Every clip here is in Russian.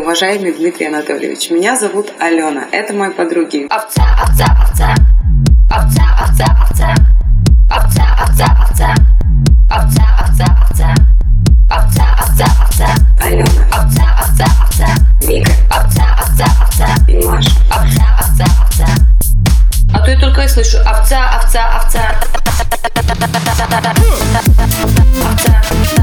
уважаемый Дмитрий Анатольевич. Меня зовут Алена. Это мои подруги. Овца, овца, овца. Овца, овца, овца. Овца, овца, овца. Овца, овца, овца. Овца, овца, овца. Алена. Овца, овца, овца. Вика. Овца, овца, овца. И Маша. Овца, овца, овца. А то я только и слышу овца, овца, овца. Овца.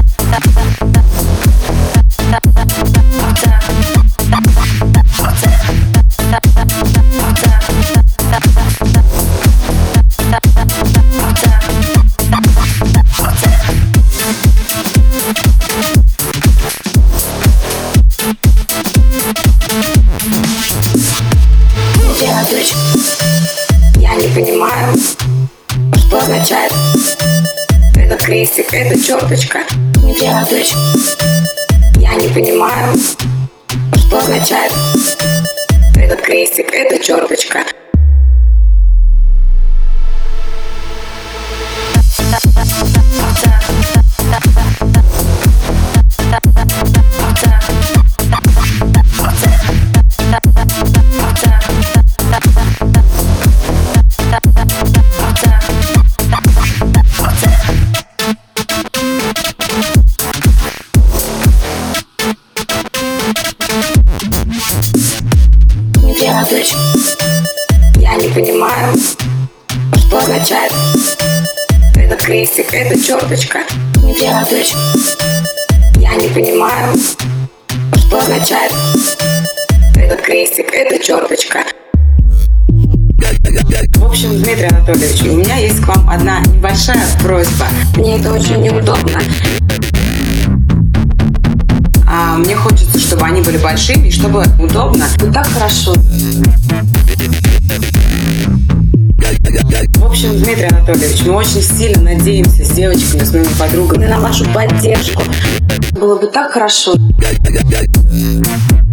Я не понимаю, что означает этот крестик, эта черточка. Я не понимаю, что означает этот крестик, эта черточка. Я не понимаю, что означает этот крестик, эта черточка. Я не понимаю, что означает этот крестик, эта черточка. В общем, Дмитрий Анатольевич, у меня есть к вам одна небольшая просьба. Мне это очень неудобно. А мне хочется, чтобы они были большими и чтобы удобно. Вот так хорошо. В общем, Дмитрий Анатольевич, мы очень сильно надеемся с девочками, с моими подругами на вашу поддержку. Было бы так хорошо.